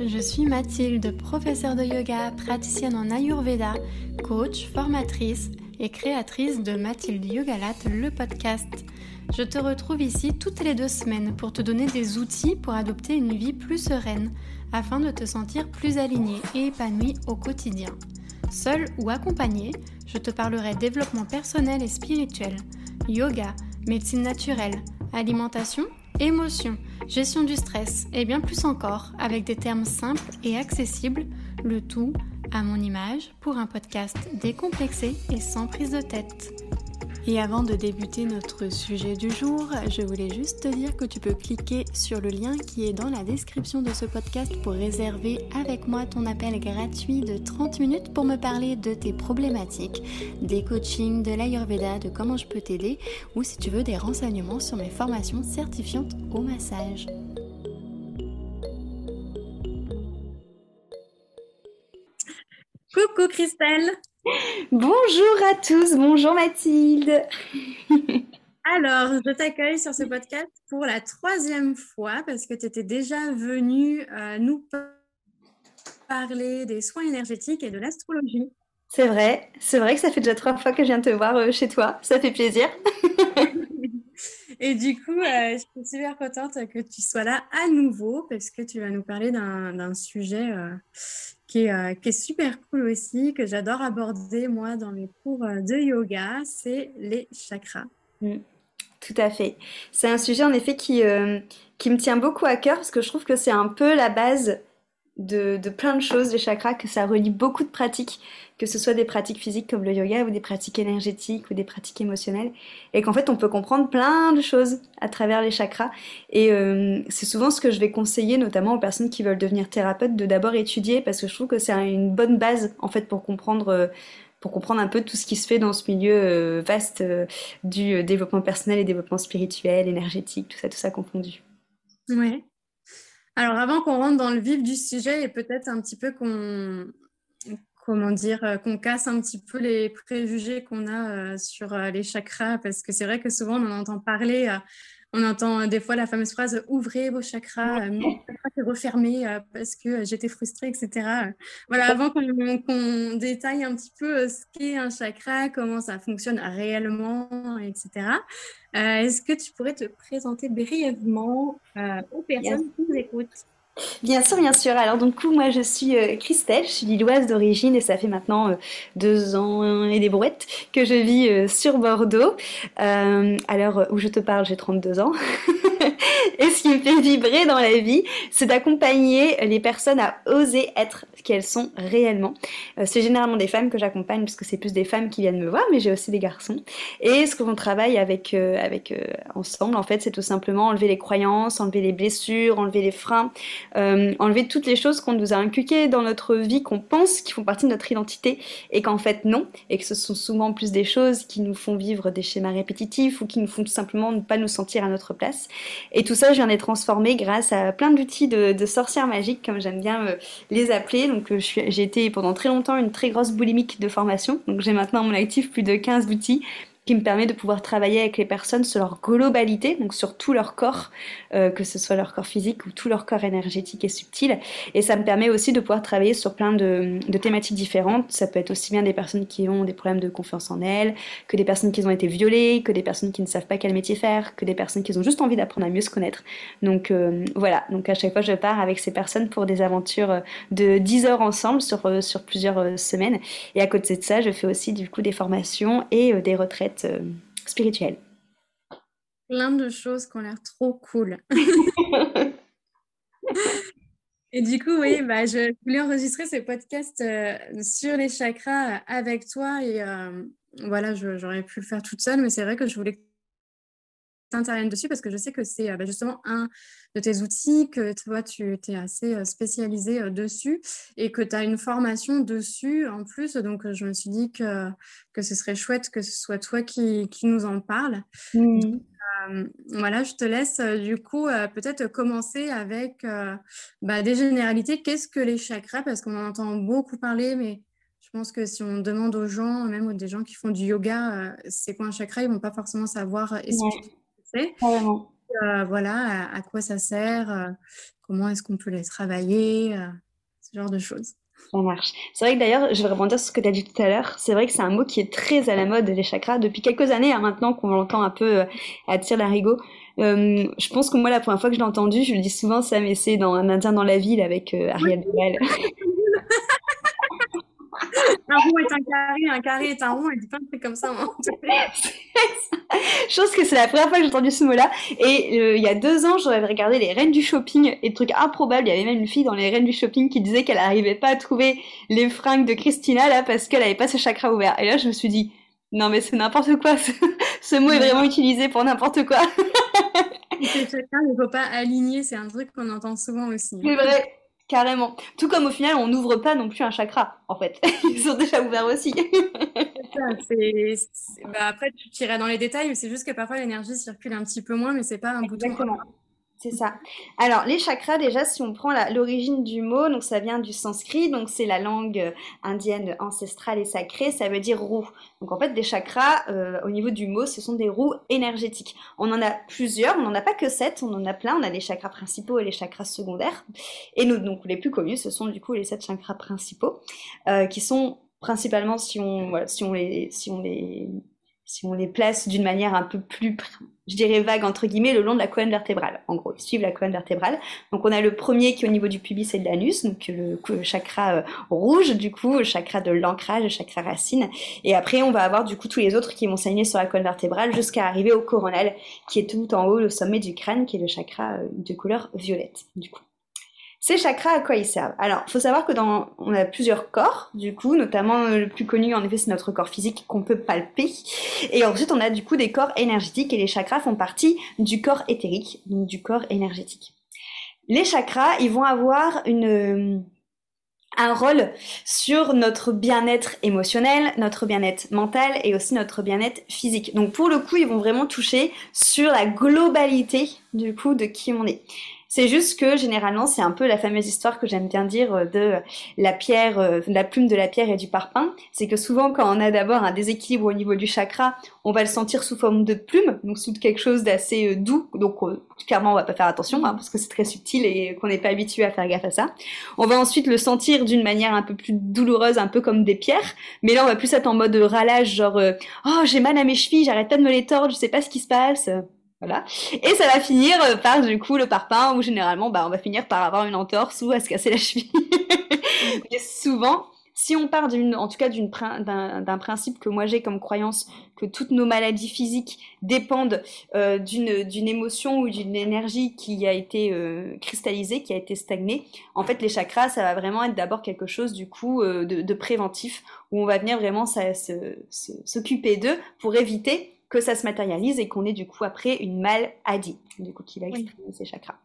je suis Mathilde, professeure de yoga, praticienne en Ayurveda, coach, formatrice et créatrice de Mathilde Yogalat, le podcast. Je te retrouve ici toutes les 2 semaines pour te donner des outils pour adopter une vie plus sereine, afin de te sentir plus alignée et épanouie au quotidien. Seule ou accompagnée, je te parlerai développement personnel et spirituel, yoga, médecine naturelle, alimentation, émotions, gestion du stress et bien plus encore avec des termes simples et accessibles, le tout à mon image pour un podcast décomplexé et sans prise de tête. Et avant de débuter notre sujet du jour, je voulais juste te dire que tu peux cliquer sur le lien qui est dans la description de ce podcast pour réserver avec moi ton appel gratuit de 30 minutes pour me parler de tes problématiques, des coachings, de l'Ayurveda, de comment je peux t'aider ou si tu veux des renseignements sur mes formations certifiantes au massage. Coucou Christelle. Bonjour à tous, bonjour Mathilde. Alors, je t'accueille sur ce podcast pour la 3e fois parce que tu étais déjà venue nous parler des soins énergétiques et de l'astrologie. C'est vrai que ça fait déjà 3 fois que je viens te voir chez toi, ça fait plaisir. Et du coup, je suis super contente que tu sois là à nouveau parce que tu vas nous parler d'un sujet qui est super cool aussi, que j'adore aborder moi dans mes cours de yoga, c'est les chakras. Tout à fait. C'est un sujet en effet qui me tient beaucoup à cœur parce que je trouve que c'est un peu la base de plein de choses, les chakras, que ça relie beaucoup de pratiques, que ce soit des pratiques physiques comme le yoga ou des pratiques énergétiques ou des pratiques émotionnelles, et qu'en fait on peut comprendre plein de choses à travers les chakras. Et c'est souvent ce que je vais conseiller, notamment aux personnes qui veulent devenir thérapeutes, de d'abord étudier, parce que je trouve que c'est une bonne base en fait pour comprendre un peu tout ce qui se fait dans ce milieu vaste du développement personnel et développement spirituel, énergétique, tout ça confondu. Ouais. Alors, avant qu'on rentre dans le vif du sujet et peut-être un petit peu qu'on casse un petit peu les préjugés qu'on a sur les chakras, parce que c'est vrai que souvent on en entend parler, on entend des fois la fameuse phrase « ouvrez vos chakras, mon chakra s'est refermé parce que j'étais frustrée, etc. » Voilà, avant qu'on détaille un petit peu ce qu'est un chakra, comment ça fonctionne réellement, etc. Est-ce que tu pourrais te présenter brièvement aux personnes qui nous écoutent? Bien sûr, bien sûr. Alors du coup, moi je suis Christelle, je suis lilloise d'origine et ça fait maintenant 2 ans et des brouettes que je vis sur Bordeaux. À l'heure où je te parle, j'ai 32 ans. Et ce qui me fait vibrer dans la vie, c'est d'accompagner les personnes à oser être ce qu'elles sont réellement. C'est généralement des femmes que j'accompagne parce que c'est plus des femmes qui viennent me voir, mais j'ai aussi des garçons. Et ce qu'on travaille ensemble, en fait, c'est tout simplement enlever les croyances, enlever les blessures, enlever les freins, enlever toutes les choses qu'on nous a inculquées dans notre vie, qu'on pense qui font partie de notre identité, et qu'en fait non, et que ce sont souvent plus des choses qui nous font vivre des schémas répétitifs ou qui nous font tout simplement ne pas nous sentir à notre place. Et tout ça, je viens de les transformer grâce à plein d'outils de sorcières magiques, comme j'aime bien les appeler. Donc j'ai été pendant très longtemps une très grosse boulimique de formation, donc j'ai maintenant à mon actif plus de 15 outils qui me permet de pouvoir travailler avec les personnes sur leur globalité, donc sur tout leur corps, que ce soit leur corps physique ou tout leur corps énergétique et subtil. Et ça me permet aussi de pouvoir travailler sur plein de thématiques différentes. Ça peut être aussi bien des personnes qui ont des problèmes de confiance en elles, que des personnes qui ont été violées, que des personnes qui ne savent pas quel métier faire, que des personnes qui ont juste envie d'apprendre à mieux se connaître. Donc voilà, donc à chaque fois je pars avec ces personnes pour des aventures de 10 heures ensemble sur plusieurs semaines. Et à côté de ça, je fais aussi du coup des formations et des retraites spirituelle. Plein de choses qui ont l'air trop cool. Et du coup, oui, je voulais enregistrer ce podcast sur les chakras avec toi et voilà, j'aurais pu le faire toute seule, mais c'est vrai que je voulais que tu interviennes dessus parce que je sais que c'est justement un de tes outils, que toi, tu es assez spécialisée dessus et que tu as une formation dessus en plus. Donc, je me suis dit que ce serait chouette que ce soit toi qui nous en parle. Donc, voilà, je te laisse du coup peut-être commencer avec des généralités. Qu'est-ce que les chakras? Parce qu'on en entend beaucoup parler, mais je pense que si on demande aux gens, même des gens qui font du yoga, c'est quoi un chakra, ils ne vont pas forcément savoir expliquer ce que c'est. Carrément. voilà, à quoi ça sert, comment est-ce qu'on peut les travailler, ce genre de choses. Ça marche. C'est vrai que d'ailleurs, je vais rebondir sur ce que tu as dit tout à l'heure. C'est vrai que c'est un mot qui est très à la mode, les chakras, depuis quelques années, hein, maintenant qu'on l'entend un peu à tire-larigot. Je pense que moi, la première fois que je l'ai entendu, je le dis souvent, ça, mais c'est dans Un Indien dans la ville avec Ariel Dombal. Un rond est un carré est un rond, et plein de trucs comme ça. Je pense que c'est la première fois que j'ai entendu ce mot-là. Et il y a 2 ans, j'avais regardé Les Reines du Shopping et trucs improbables. Il y avait même une fille dans Les Reines du Shopping qui disait qu'elle n'arrivait pas à trouver les fringues de Christina là parce qu'elle avait pas ses chakras ouverts. Et là, je me suis dit, non mais c'est n'importe quoi. Ce mot est vraiment utilisé pour n'importe quoi. Les chakras, il ne faut pas aligner. C'est un truc qu'on entend souvent aussi. C'est vrai. Carrément. Tout comme au final, on n'ouvre pas non plus un chakra, en fait. Ils sont déjà ouverts aussi. Après, tu tirais dans les détails, mais c'est juste que parfois l'énergie circule un petit peu moins, mais c'est pas un bouton. Exactement. C'est ça. Alors, les chakras, déjà, si on prend l'origine du mot, donc ça vient du sanskrit, donc c'est la langue indienne ancestrale et sacrée, ça veut dire roue. Donc en fait, des chakras, au niveau du mot, ce sont des roues énergétiques. On en a plusieurs, on n'en a pas que 7, on en a plein, on a les chakras principaux et les chakras secondaires. Et nous, donc les plus connus, ce sont du coup les 7 chakras principaux, qui sont principalement, si on les place d'une manière un peu plus, je dirais vague entre guillemets, le long de la colonne vertébrale. En gros, ils suivent la colonne vertébrale. Donc on a le premier qui est au niveau du pubis et de l'anus, donc le chakra rouge, du coup, le chakra de l'ancrage, le chakra racine. Et après, on va avoir du coup tous les autres qui vont s'aligner sur la colonne vertébrale jusqu'à arriver au coronal, qui est tout en haut, le sommet du crâne, qui est le chakra de couleur violette, du coup. Ces chakras, à quoi ils servent? Alors, il faut savoir que on a plusieurs corps, du coup, notamment le plus connu, en effet, c'est notre corps physique qu'on peut palper. Et ensuite, on a du coup des corps énergétiques et les chakras font partie du corps éthérique, donc du corps énergétique. Les chakras, ils vont avoir un rôle sur notre bien-être émotionnel, notre bien-être mental et aussi notre bien-être physique. Donc pour le coup, ils vont vraiment toucher sur la globalité du coup de qui on est. C'est juste que généralement, c'est un peu la fameuse histoire que j'aime bien dire de la pierre, de la plume de la pierre et du parpaing. C'est que souvent, quand on a d'abord un déséquilibre au niveau du chakra, on va le sentir sous forme de plume, donc sous quelque chose d'assez doux. Donc clairement, on va pas faire attention parce que c'est très subtil et qu'on n'est pas habitué à faire gaffe à ça. On va ensuite le sentir d'une manière un peu plus douloureuse, un peu comme des pierres. Mais là, on va plus être en mode râlage, genre oh j'ai mal à mes chevilles, j'arrête pas de me les tordre, je sais pas ce qui se passe. Voilà. Et ça va finir par du coup le parpaing où généralement on va finir par avoir une entorse ou à se casser la cheville. Mais souvent, si on part en tout cas d'un principe que moi j'ai comme croyance que toutes nos maladies physiques dépendent d'une émotion ou d'une énergie qui a été cristallisée, qui a été stagnée, en fait les chakras ça va vraiment être d'abord quelque chose du coup de préventif où on va venir vraiment s'occuper d'eux pour éviter que ça se matérialise et qu'on ait du coup après une maladie, du coup qui va exprimer ces chakras.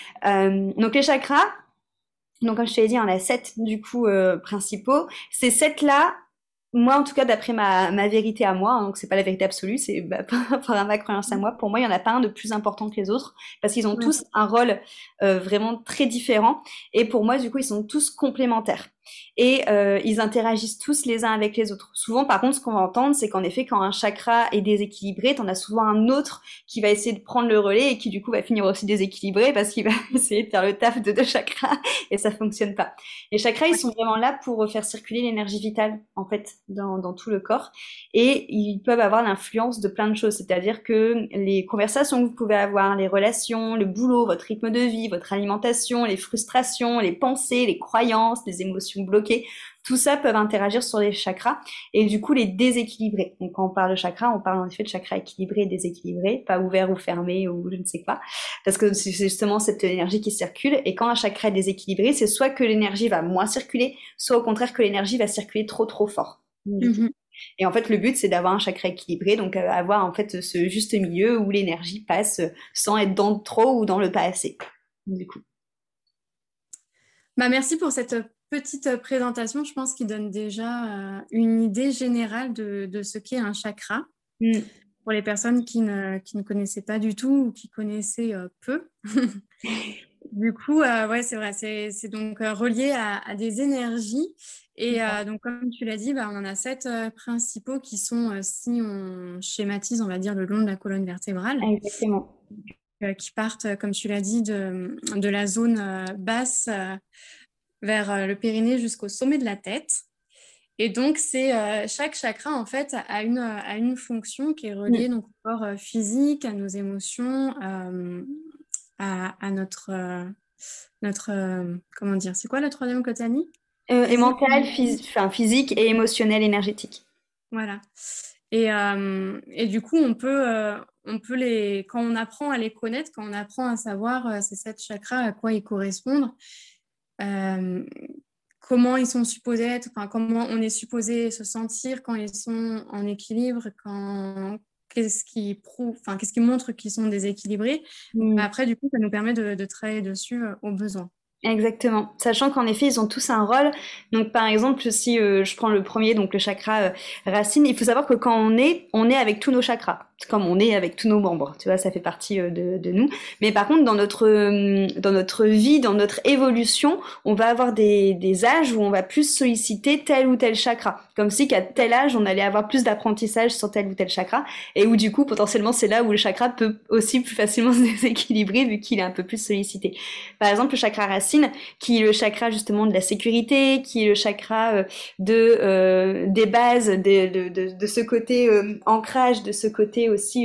Donc les chakras, donc comme je te l'ai dit, on a 7 du coup principaux. Ces 7-là, moi en tout cas d'après ma vérité à moi, hein, donc c'est pas la vérité absolue, c'est par ma croyance à moi, pour moi il y en a pas un de plus important que les autres, parce qu'ils ont tous un rôle vraiment très différent, et pour moi du coup ils sont tous complémentaires. Et ils interagissent tous les uns avec les autres. Souvent, par contre, ce qu'on va entendre, c'est qu'en effet, quand un chakra est déséquilibré, t'en as souvent un autre qui va essayer de prendre le relais et qui du coup va finir aussi déséquilibré parce qu'il va essayer de faire le taf de 2 chakras et ça fonctionne pas. Les chakras, ils sont vraiment là pour faire circuler l'énergie vitale, en fait, dans tout le corps. Et ils peuvent avoir l'influence de plein de choses. C'est-à-dire que les conversations que vous pouvez avoir, les relations, le boulot, votre rythme de vie, votre alimentation, les frustrations, les pensées, les croyances, les émotions bloquées, tout ça peuvent interagir sur les chakras et du coup les déséquilibrer. Donc quand on parle de chakras, on parle en effet de chakras équilibrés et déséquilibrés, pas ouverts ou fermés ou je ne sais quoi, parce que c'est justement cette énergie qui circule et quand un chakra est déséquilibré, c'est soit que l'énergie va moins circuler, soit au contraire que l'énergie va circuler trop fort. Et en fait, le but, c'est d'avoir un chakra équilibré, donc avoir en fait ce juste milieu où l'énergie passe sans être dans le trop ou dans le pas assez. Du coup. Merci pour cette petite présentation. Je pense qu'il donne déjà une idée générale de ce qu'est un chakra. Pour les personnes qui ne connaissaient pas du tout ou qui connaissaient peu. Du coup, c'est vrai, c'est donc relié à des énergies. Et donc, comme tu l'as dit, on en a 7 principaux qui sont, si on schématise, on va dire, le long de la colonne vertébrale. Exactement. qui partent, comme tu l'as dit, de la zone basse vers le périnée jusqu'au sommet de la tête. Et donc, chaque chakra, en fait, a une fonction qui est reliée donc, au corps physique, à nos émotions, à notre comment dire, c'est quoi le troisième que tu as mis? Et Physique. mental, physique et émotionnel, énergétique. Voilà. Et du coup, on peut quand on apprend à les connaître, quand on apprend à savoir ces 7 chakras, à quoi ils correspondent, comment ils sont supposés être, enfin, comment on est supposé se sentir quand ils sont en équilibre, qu'est-ce qui montre qu'ils sont déséquilibrés. Après, du coup, ça nous permet de travailler dessus au besoin. Exactement. Sachant qu'en effet, ils ont tous un rôle. Donc, par exemple, si je prends le premier, donc le chakra racine, il faut savoir que quand on est avec tous nos chakras, comme on est avec tous nos membres. Tu vois, ça fait partie de nous. Mais par contre, dans notre vie, dans notre évolution, on va avoir des âges où on va plus solliciter tel ou tel chakra. Comme si qu'à tel âge, on allait avoir plus d'apprentissage sur tel ou tel chakra. Et où du coup, potentiellement, c'est là où le chakra peut aussi plus facilement se déséquilibrer vu qu'il est un peu plus sollicité. Par exemple, le chakra racine, qui est le chakra justement de la sécurité, qui est le chakra des bases, de ce côté ancrage, de ce côté aussi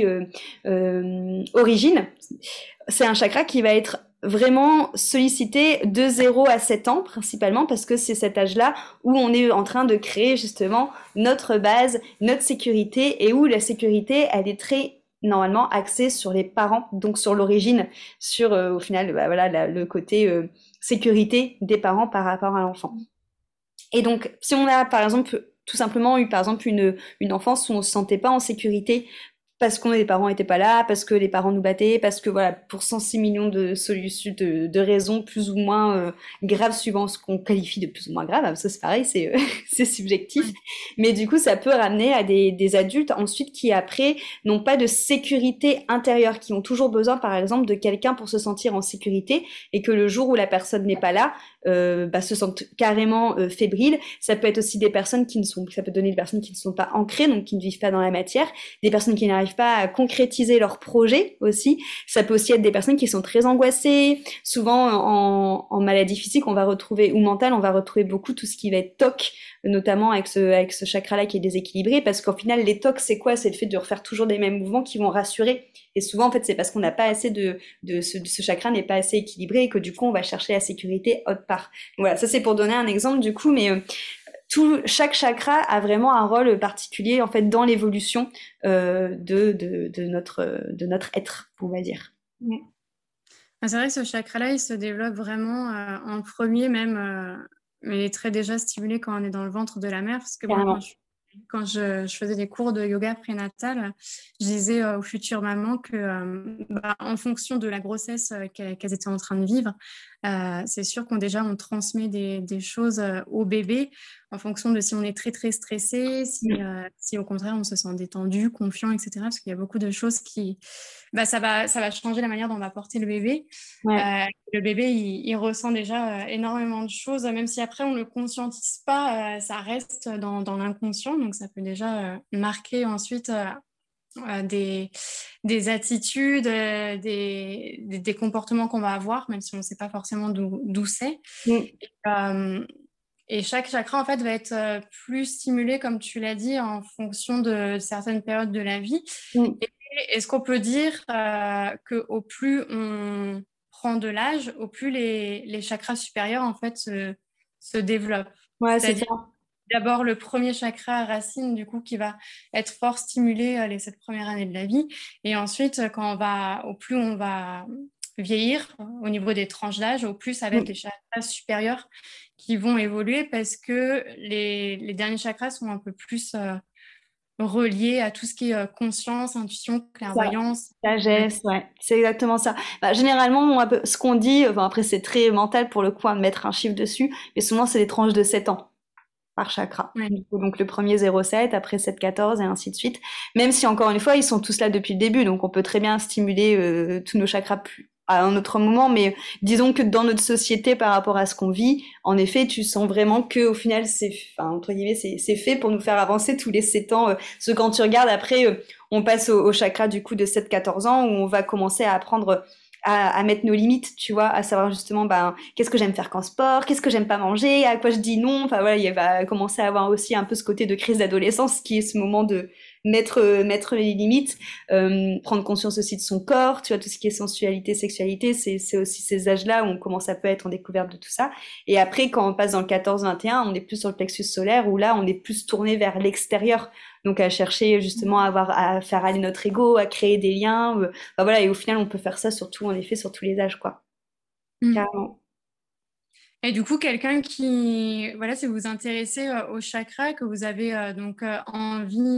origine. C'est un chakra qui va être vraiment sollicité de 0 à 7 ans principalement parce que c'est cet âge-là où on est en train de créer justement notre base, notre sécurité et où la sécurité, elle est très normalement axée sur les parents, donc sur l'origine, sur au final voilà le côté sécurité des parents par rapport à l'enfant. Et donc si on a par exemple tout simplement eu par exemple une enfance où on se sentait pas en sécurité parce que les parents étaient pas là, parce que les parents nous battaient, parce que voilà, pour 106 millions de solutions, de raisons plus ou moins graves suivant ce qu'on qualifie de plus ou moins grave, parce que c'est pareil, c'est subjectif. Mais du coup, ça peut ramener à des adultes ensuite qui après n'ont pas de sécurité intérieure, qui ont toujours besoin, par exemple, de quelqu'un pour se sentir en sécurité, et que le jour où la personne n'est pas là, se sentent carrément fébriles. Ça peut être aussi ça peut donner des personnes qui ne sont pas ancrées, donc qui ne vivent pas dans la matière, des personnes qui n'arrivent pas à concrétiser leurs projets aussi. Ça peut aussi être des personnes qui sont très angoissées. Souvent en maladie physique, on va retrouver, ou mentale, on va retrouver beaucoup tout ce qui va être TOC, notamment avec ce chakra-là qui est déséquilibré, parce qu'au final, les TOC, c'est quoi? C'est le fait de refaire toujours des mêmes mouvements qui vont rassurer. Et souvent, en fait, c'est parce qu'on n'a pas assez ce chakra n'est pas assez équilibré et que du coup, on va chercher la sécurité autre part. Donc, voilà, ça c'est pour donner un exemple du coup, mais chaque chakra a vraiment un rôle particulier en fait dans l'évolution de notre être, on va dire. Ouais. C'est vrai que ce chakra-là, il se développe vraiment en premier même, mais il est très déjà stimulé quand on est dans le ventre de la mère, parce que moi, quand je faisais des cours de yoga prénatal, je disais aux futures mamans que en fonction de la grossesse qu'elles étaient en train de vivre, c'est sûr qu'on transmet des choses au bébé en fonction de si on est très très stressé, si au contraire on se sent détendu, confiant, etc. Parce qu'il y a beaucoup de choses qui... ça va changer la manière dont on va porter le bébé. Ouais. Le bébé, il ressent déjà énormément de choses, même si après on ne le conscientise pas, ça reste dans l'inconscient, donc ça peut déjà marquer ensuite des attitudes, des comportements qu'on va avoir, même si on ne sait pas forcément d'où c'est. Et chaque chakra, en fait, va être plus stimulé, comme tu l'as dit, en fonction de certaines périodes de la vie. Et est-ce qu'on peut dire qu'au plus on prend de l'âge, au plus les chakras supérieurs, en fait, se développent? Ouais, c'est ça. D'abord, le premier chakra racine, du coup, qui va être fort stimulé les 7 premières années de la vie. Et ensuite, au plus on va vieillir au niveau des tranches d'âge, au plus ça va être les chakras supérieurs qui vont évoluer parce que les derniers chakras sont un peu plus reliés à tout ce qui est conscience, intuition, clairvoyance. Sagesse, ouais, c'est exactement ça. Généralement, ce qu'on dit, après c'est très mental pour le coup de mettre un chiffre dessus, mais souvent c'est des tranches de 7 ans par chakra. Ouais. Donc le premier 0,7, après 7,14 et ainsi de suite. Même si encore une fois, ils sont tous là depuis le début, donc on peut très bien stimuler tous nos chakras à un autre moment, mais disons que dans notre société par rapport à ce qu'on vit, en effet, tu sens vraiment que au final, entre guillemets, c'est fait pour nous faire avancer tous les 7 ans. Parce que quand tu regardes après, on passe au chakra du coup de 7-14 ans où on va commencer à apprendre à mettre nos limites, tu vois, à savoir justement, qu'est-ce que j'aime faire qu'en sport, qu'est-ce que j'aime pas manger, à quoi je dis non. Enfin voilà, il va commencer à avoir aussi un peu ce côté de crise d'adolescence qui est ce moment de mettre les limites, prendre conscience aussi de son corps, tu vois, tout ce qui est sensualité, sexualité, c'est aussi ces âges-là où on commence à peu être en découverte de tout ça. Et après, quand on passe dans le 14-21, on est plus sur le plexus solaire où là, on est plus tourné vers l'extérieur. Donc à chercher justement à faire aller notre ego, à créer des liens. Voilà, et au final, on peut faire ça surtout, en effet, sur tous les âges, quoi. Carrément. Et du coup, quelqu'un qui, voilà, si vous vous intéressez au chakra, que vous avez envie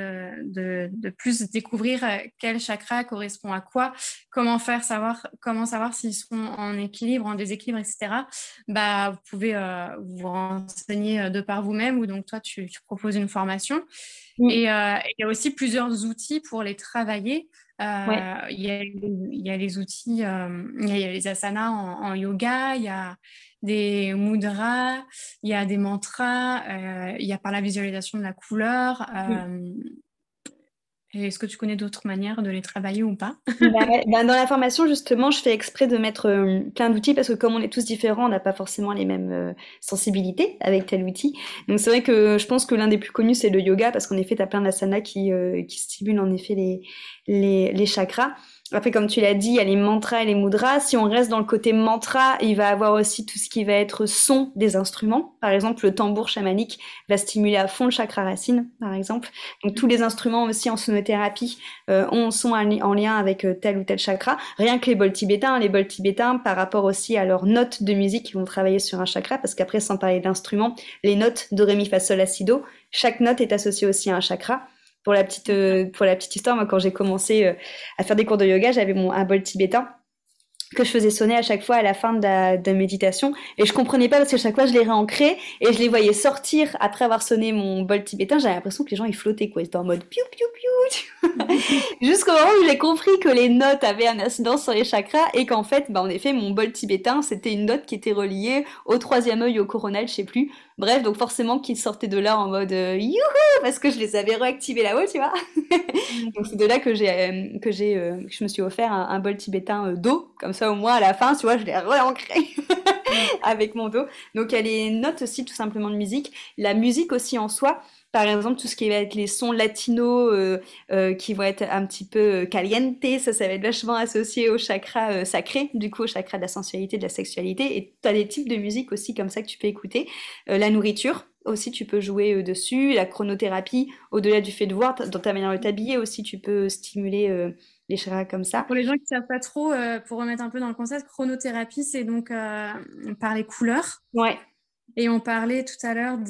de plus découvrir quel chakra correspond à quoi, comment savoir s'ils sont en équilibre, en déséquilibre, etc. Vous pouvez vous renseigner de par vous-même ou donc toi, tu proposes une formation. Et il y a aussi plusieurs outils pour les travailler. Il y a les outils, il y a les asanas en yoga, il y a des mudras, il y a des mantras, il y a par la visualisation de la couleur. Est-ce que tu connais d'autres manières de les travailler ou pas? Dans la formation, justement, je fais exprès de mettre plein d'outils parce que comme on est tous différents, on n'a pas forcément les mêmes sensibilités avec tel outil. Donc c'est vrai que je pense que l'un des plus connus, c'est le yoga parce qu'en effet, tu as plein d'asanas qui stimulent en effet les chakras. Après, comme tu l'as dit, il y a les mantras et les mudras. Si on reste dans le côté mantra, il va avoir aussi tout ce qui va être son des instruments. Par exemple, le tambour chamanique va stimuler à fond le chakra racine, par exemple. Donc, tous les instruments aussi en sonothérapie sont en lien avec tel ou tel chakra. Rien que les bols tibétains, par rapport aussi à leurs notes de musique, ils vont travailler sur un chakra, parce qu'après, sans parler d'instruments, les notes do, ré, mi, fa, sol, la, si, do, chaque note est associée aussi à un chakra. Pour la petite histoire, moi, quand j'ai commencé à faire des cours de yoga, j'avais un bol tibétain que je faisais sonner à chaque fois à la fin de méditation, et je comprenais pas parce que chaque fois je les réancrais et je les voyais sortir après avoir sonné mon bol tibétain. J'avais l'impression que les gens ils flottaient, quoi, ils étaient en mode piou piou piou jusqu'au moment où j'ai compris que les notes avaient un incidence sur les chakras et qu'en fait, en effet, mon bol tibétain c'était une note qui était reliée au troisième œil, au coronal, je sais plus. Bref, donc forcément qu'ils sortaient de là en mode youhou, parce que je les avais réactivés là-haut, tu vois. Donc c'est de là que je me suis offert un bol tibétain d'eau, comme ça au moins à la fin, tu vois, je l'ai réancré avec mon dos. Donc il y a les notes aussi tout simplement de musique, la musique aussi en soi. Par exemple, tout ce qui va être les sons latinos qui vont être un petit peu caliente, ça va être vachement associé au chakra sacré, du coup au chakra de la sensualité, de la sexualité. Et tu as des types de musique aussi comme ça que tu peux écouter. La nourriture, aussi tu peux jouer dessus, la chronothérapie, au-delà du fait de voir, dans ta manière de t'habiller aussi, tu peux stimuler les chakras comme ça. Pour les gens qui ne savent pas trop, pour remettre un peu dans le concept, chronothérapie, c'est donc par les couleurs. Ouais. Et on parlait tout à l'heure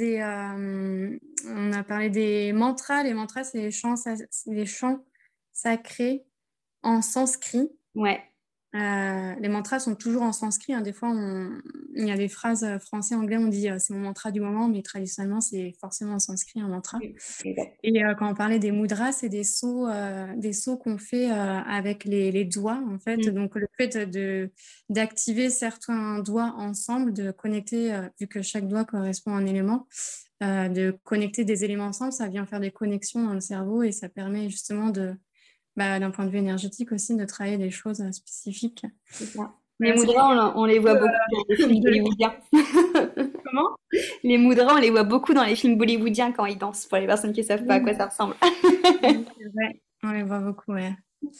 on a parlé des mantras. Les mantras, c'est les chants sacrés en sanskrit. Ouais. Les mantras sont toujours en sanskrit, hein. Des fois, il y a des phrases français, anglais, on dit c'est mon mantra du moment, mais traditionnellement, c'est forcément en sanskrit un mantra. Et quand on parlait des mudras, c'est des sauts qu'on fait avec les doigts, en fait. Donc, le fait d'activer certains doigts ensemble, de connecter, vu que chaque doigt correspond à un élément, de connecter des éléments ensemble, ça vient faire des connexions dans le cerveau et ça permet justement d'un point de vue énergétique aussi, de travailler des choses spécifiques. C'est ça. Les mudras, on les voit beaucoup dans les films bollywoodiens. Comment? Les mudras, on les voit beaucoup dans les films bollywoodiens quand ils dansent, pour les personnes qui ne savent pas à quoi ça ressemble. C'est vrai, on les voit beaucoup, ouais.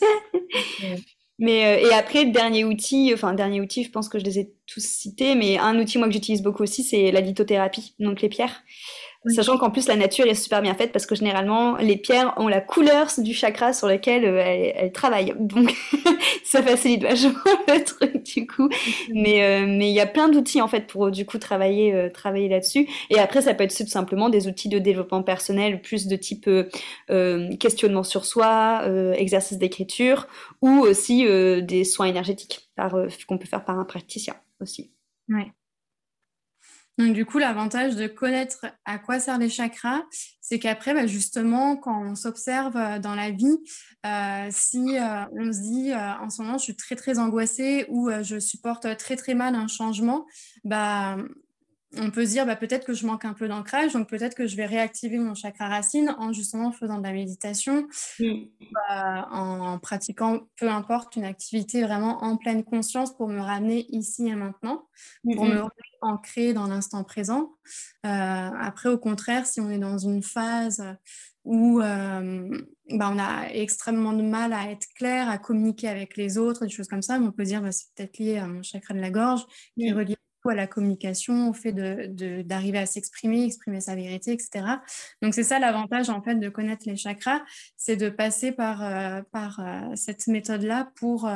Mais, et après, dernier outil, je pense que je les ai tous cités, mais un outil, moi, que j'utilise beaucoup aussi, c'est la lithothérapie, donc les pierres. Oui. Sachant qu'en plus la nature est super bien faite parce que généralement les pierres ont la couleur du chakra sur lequel elles travaillent, donc ça facilite vachement le truc du coup. Mais il y a plein d'outils en fait pour du coup travailler là-dessus. Et après ça peut être tout simplement des outils de développement personnel plus de type questionnement sur soi, exercice d'écriture ou aussi des soins énergétiques qu'on peut faire par un praticien aussi. Ouais. Donc, du coup, l'avantage de connaître à quoi servent les chakras, c'est qu'après, bah, justement, quand on s'observe dans la vie, si on se dit en ce moment, je suis très, très angoissée ou je supporte très, très mal un changement, bah, on peut se dire bah, peut-être que je manque un peu d'ancrage, donc peut-être que je vais réactiver mon chakra racine en justement faisant de la méditation, en pratiquant peu importe une activité vraiment en pleine conscience pour me ramener ici et maintenant, pour me ancrer dans l'instant présent. Après, au contraire, si on est dans une phase où on a extrêmement de mal à être clair, à communiquer avec les autres, des choses comme ça, mais on peut dire bah, c'est peut-être lié à mon chakra de la gorge, qui est relié à la communication, au fait d'arriver à s'exprimer, exprimer sa vérité, etc. Donc, c'est ça l'avantage, en fait, de connaître les chakras, c'est de passer par cette méthode-là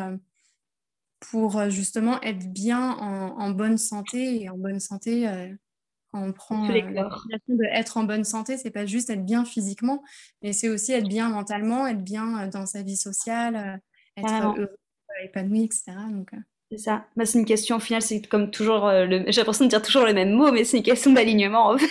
pour justement être bien en bonne santé. Et en bonne santé, quand on prend la définition de être en bonne santé, c'est pas juste être bien physiquement, mais c'est aussi être bien mentalement, être bien dans sa vie sociale, être heureux, épanoui, etc. Donc, c'est ça. Bah, c'est une question, au final, c'est comme toujours, j'ai l'impression de dire toujours le même mot, mais c'est une question d'alignement, en fait.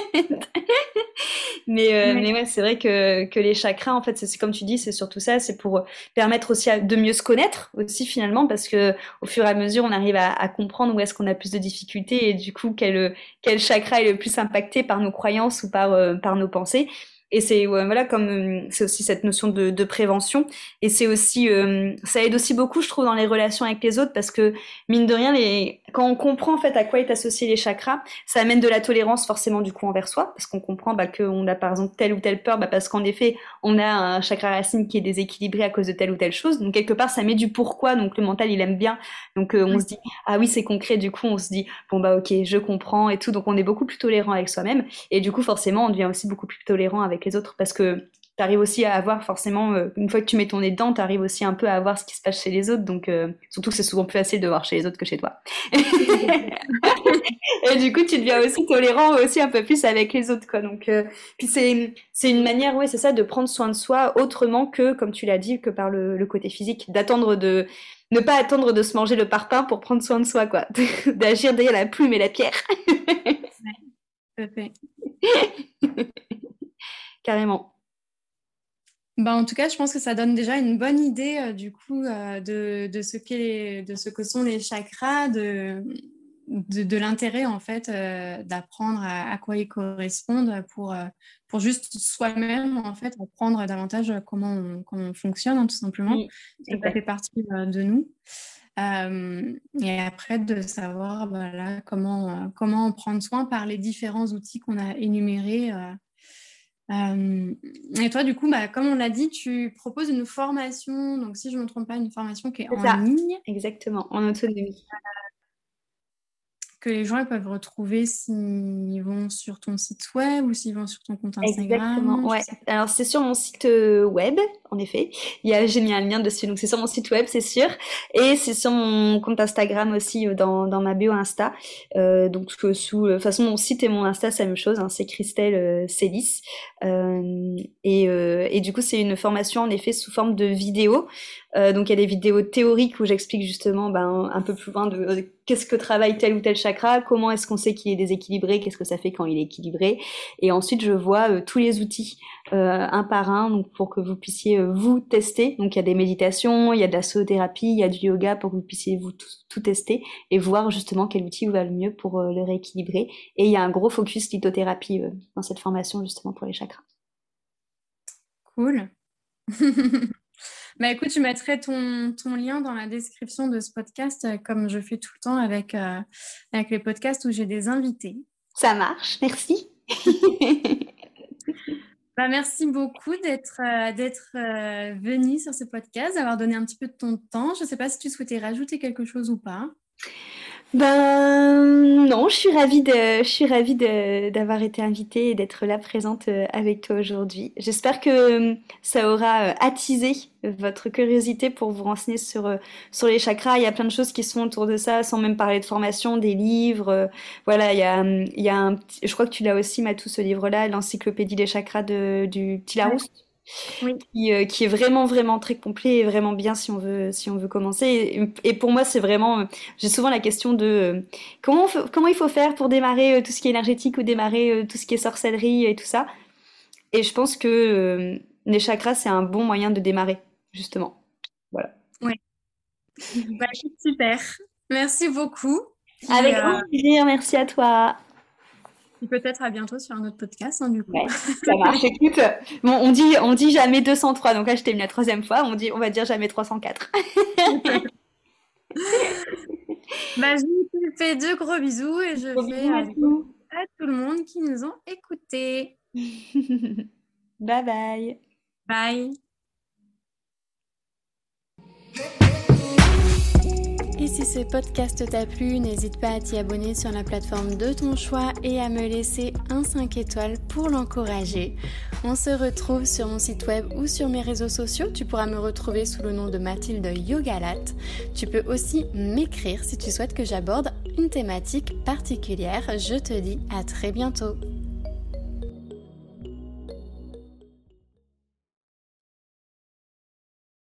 Mais ouais, c'est vrai que les chakras, en fait, c'est comme tu dis, c'est surtout ça, c'est pour permettre aussi de mieux se connaître aussi finalement, parce que au fur et à mesure, on arrive à comprendre où est-ce qu'on a plus de difficultés et du coup, quel chakra est le plus impacté par nos croyances ou par nos pensées. Et c'est voilà comme c'est aussi cette notion de prévention et c'est aussi ça aide aussi beaucoup je trouve dans les relations avec les autres parce que mine de rien quand on comprend en fait à quoi est associé les chakras ça amène de la tolérance forcément du coup envers soi parce qu'on comprend qu'on a par exemple telle ou telle peur parce qu'en effet on a un chakra racine qui est déséquilibré à cause de telle ou telle chose donc quelque part ça met du pourquoi donc le mental il aime bien donc on se dit ah oui c'est concret du coup on se dit bon bah ok je comprends et tout donc on est beaucoup plus tolérant avec soi-même et du coup forcément on devient aussi beaucoup plus tolérant avec les autres parce que tu arrives aussi à avoir forcément, une fois que tu mets ton nez dedans, tu arrives aussi un peu à voir ce qui se passe chez les autres. Donc, surtout que c'est souvent plus facile de voir chez les autres que chez toi. Et du coup, tu deviens aussi tolérant aussi un peu plus avec les autres, quoi. Donc, puis c'est une manière, ouais, c'est ça, de prendre soin de soi autrement que, comme tu l'as dit, que par le côté physique, ne pas attendre de se manger le parpaing pour prendre soin de soi, quoi. D'agir derrière la plume et la pierre. Tout à fait. Carrément. Bah, en tout cas, je pense que ça donne déjà une bonne idée du coup de ce que sont les chakras, de l'intérêt en fait d'apprendre à quoi ils correspondent pour juste soi-même en fait apprendre davantage comment on fonctionne hein, tout simplement. Ça fait partie de nous. Et après de savoir voilà, comment en prendre soin par les différents outils qu'on a énumérés. Et toi, du coup, bah, comme on l'a dit, tu proposes une formation, donc si je ne me trompe pas, une formation qui est en ligne. Exactement, en autonomie. Que les gens ils peuvent retrouver s'ils vont sur ton site web ou s'ils vont sur ton compte Instagram. Exactement, ouais. Alors c'est sur mon site web, en effet. J'ai mis un lien dessus, donc c'est sur mon site web, c'est sûr. Et c'est sur mon compte Instagram aussi, dans ma bio Insta. Donc de toute façon, mon site et mon Insta, c'est la même chose, hein, c'est Christelle Célis. Et du coup, c'est une formation en effet sous forme de vidéo. Donc il y a des vidéos théoriques où j'explique justement un peu plus loin de qu'est-ce que travaille tel ou tel chakra, comment est-ce qu'on sait qu'il est déséquilibré, qu'est-ce que ça fait quand il est équilibré. Et ensuite, je vois tous les outils un par un donc pour que vous puissiez vous tester. Donc il y a des méditations, il y a de la zoothérapie, il y a du yoga pour que vous puissiez vous tout tester et voir justement quel outil vous va le mieux pour le rééquilibrer. Et il y a un gros focus lithothérapie dans cette formation justement pour les chakras. Cool. Bah écoute, je mettrai ton lien dans la description de ce podcast, comme je fais tout le temps avec les podcasts où j'ai des invités. Ça marche, merci. Bah, merci beaucoup d'être venue sur ce podcast, d'avoir donné un petit peu de ton temps. Je ne sais pas si tu souhaitais rajouter quelque chose ou pas. Non, je suis ravie d'avoir été invitée et d'être là présente avec toi aujourd'hui. J'espère que ça aura attisé votre curiosité pour vous renseigner sur les chakras. Il y a plein de choses qui sont autour de ça, sans même parler de formation, des livres. Voilà, il y a je crois que tu l'as aussi, Matou, ce livre-là, l'encyclopédie des chakras du petit Larousse. Oui. qui est vraiment, vraiment très complet et vraiment bien si on veut commencer. Et pour moi, c'est vraiment, j'ai souvent la question de comment il faut faire pour démarrer tout ce qui est énergétique ou démarrer tout ce qui est sorcellerie et tout ça. Et je pense que les chakras, c'est un bon moyen de démarrer, justement. Voilà. Oui. Bah, super. Merci beaucoup. Puis, Avec grand plaisir, merci à toi. puis peut-être à bientôt sur un autre podcast, du coup. Ouais, ça marche. Écoute, bon, on dit jamais 203, donc là je t'ai mis la troisième fois, on va dire jamais 304. Bah, je vous fais de gros bisous et je fais Bisous à tous. à tout le monde qui nous ont écoutés. Bye bye. Bye. Et si ce podcast t'a plu, n'hésite pas à t'y abonner sur la plateforme de ton choix et à me laisser un 5 étoiles pour l'encourager. On se retrouve sur mon site web ou sur mes réseaux sociaux. Tu pourras me retrouver sous le nom de Mathilde Yogalat. Tu peux aussi m'écrire si tu souhaites que j'aborde une thématique particulière. Je te dis à très bientôt.